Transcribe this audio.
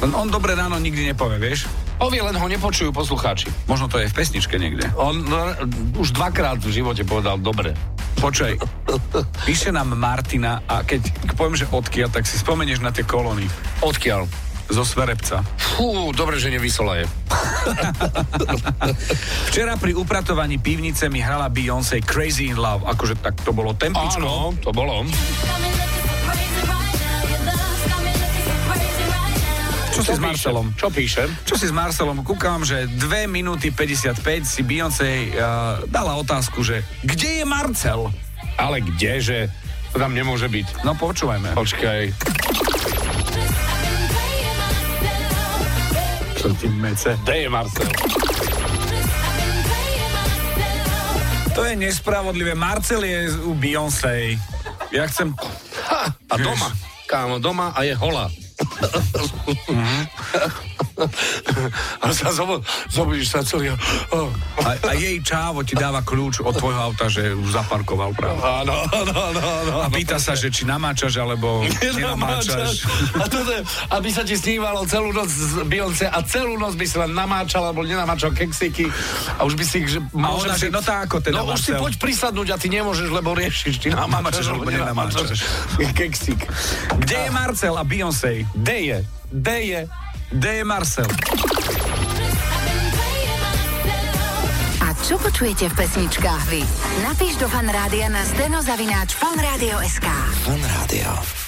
On Dobré ráno nikdy nepovie, vieš? Povie, len ho nepočujú poslucháči. Možno to je v pesničke niekde. On už dvakrát v živote povedal dobre. Počkaj, píše nám Martina a keď poviem, že odkiaľ, tak si spomenieš na tie kolóny. Odkiaľ? Zo Sverepca. Fú, dobre, že nevysolaje. Včera pri upratovaní pivnice mi hrala Beyoncé Crazy in Love. Akože tak to bolo tempičko. Áno, to bolo. Čo si s Marcelom? Čo píše? Čo si s Marcelom? Kúkam, že 2 minúty 55 si Beyoncé dala otázku, že kde je Marcel? Ale kdeže? To tam nemôže byť. No počúvajme. Počkaj. Čo ti mece? Kde je Marcel? To je nespravodlivé. Marcel je u Beyoncé. Ja chcem... A doma. Kámo, doma a je holá. A sa zobudíš sa celý. A jej čávo ti dáva kľúč od tvojho auta, že už zaparkoval práve. Áno. A pýta sa, že či namáčaš, alebo nenamáčaš. A toto je, aby sa ti snívalo celú noc z Beyoncé a celú noc by si len namáčal, alebo nenamáčal keksiky a už by si... Že a ona, že no tak ako teda, no už si Marcel. poď prisadnúť a ty nemôžeš, lebo riešiš, či namáčaš, alebo nenamáčaš. Keksik. Kde je Marcel a Beyoncé? Kde je Marcel? A čo počujete v pesničkách vy? Napíš do Fanrádia na steno@fanradio.sk. Fan Rádio.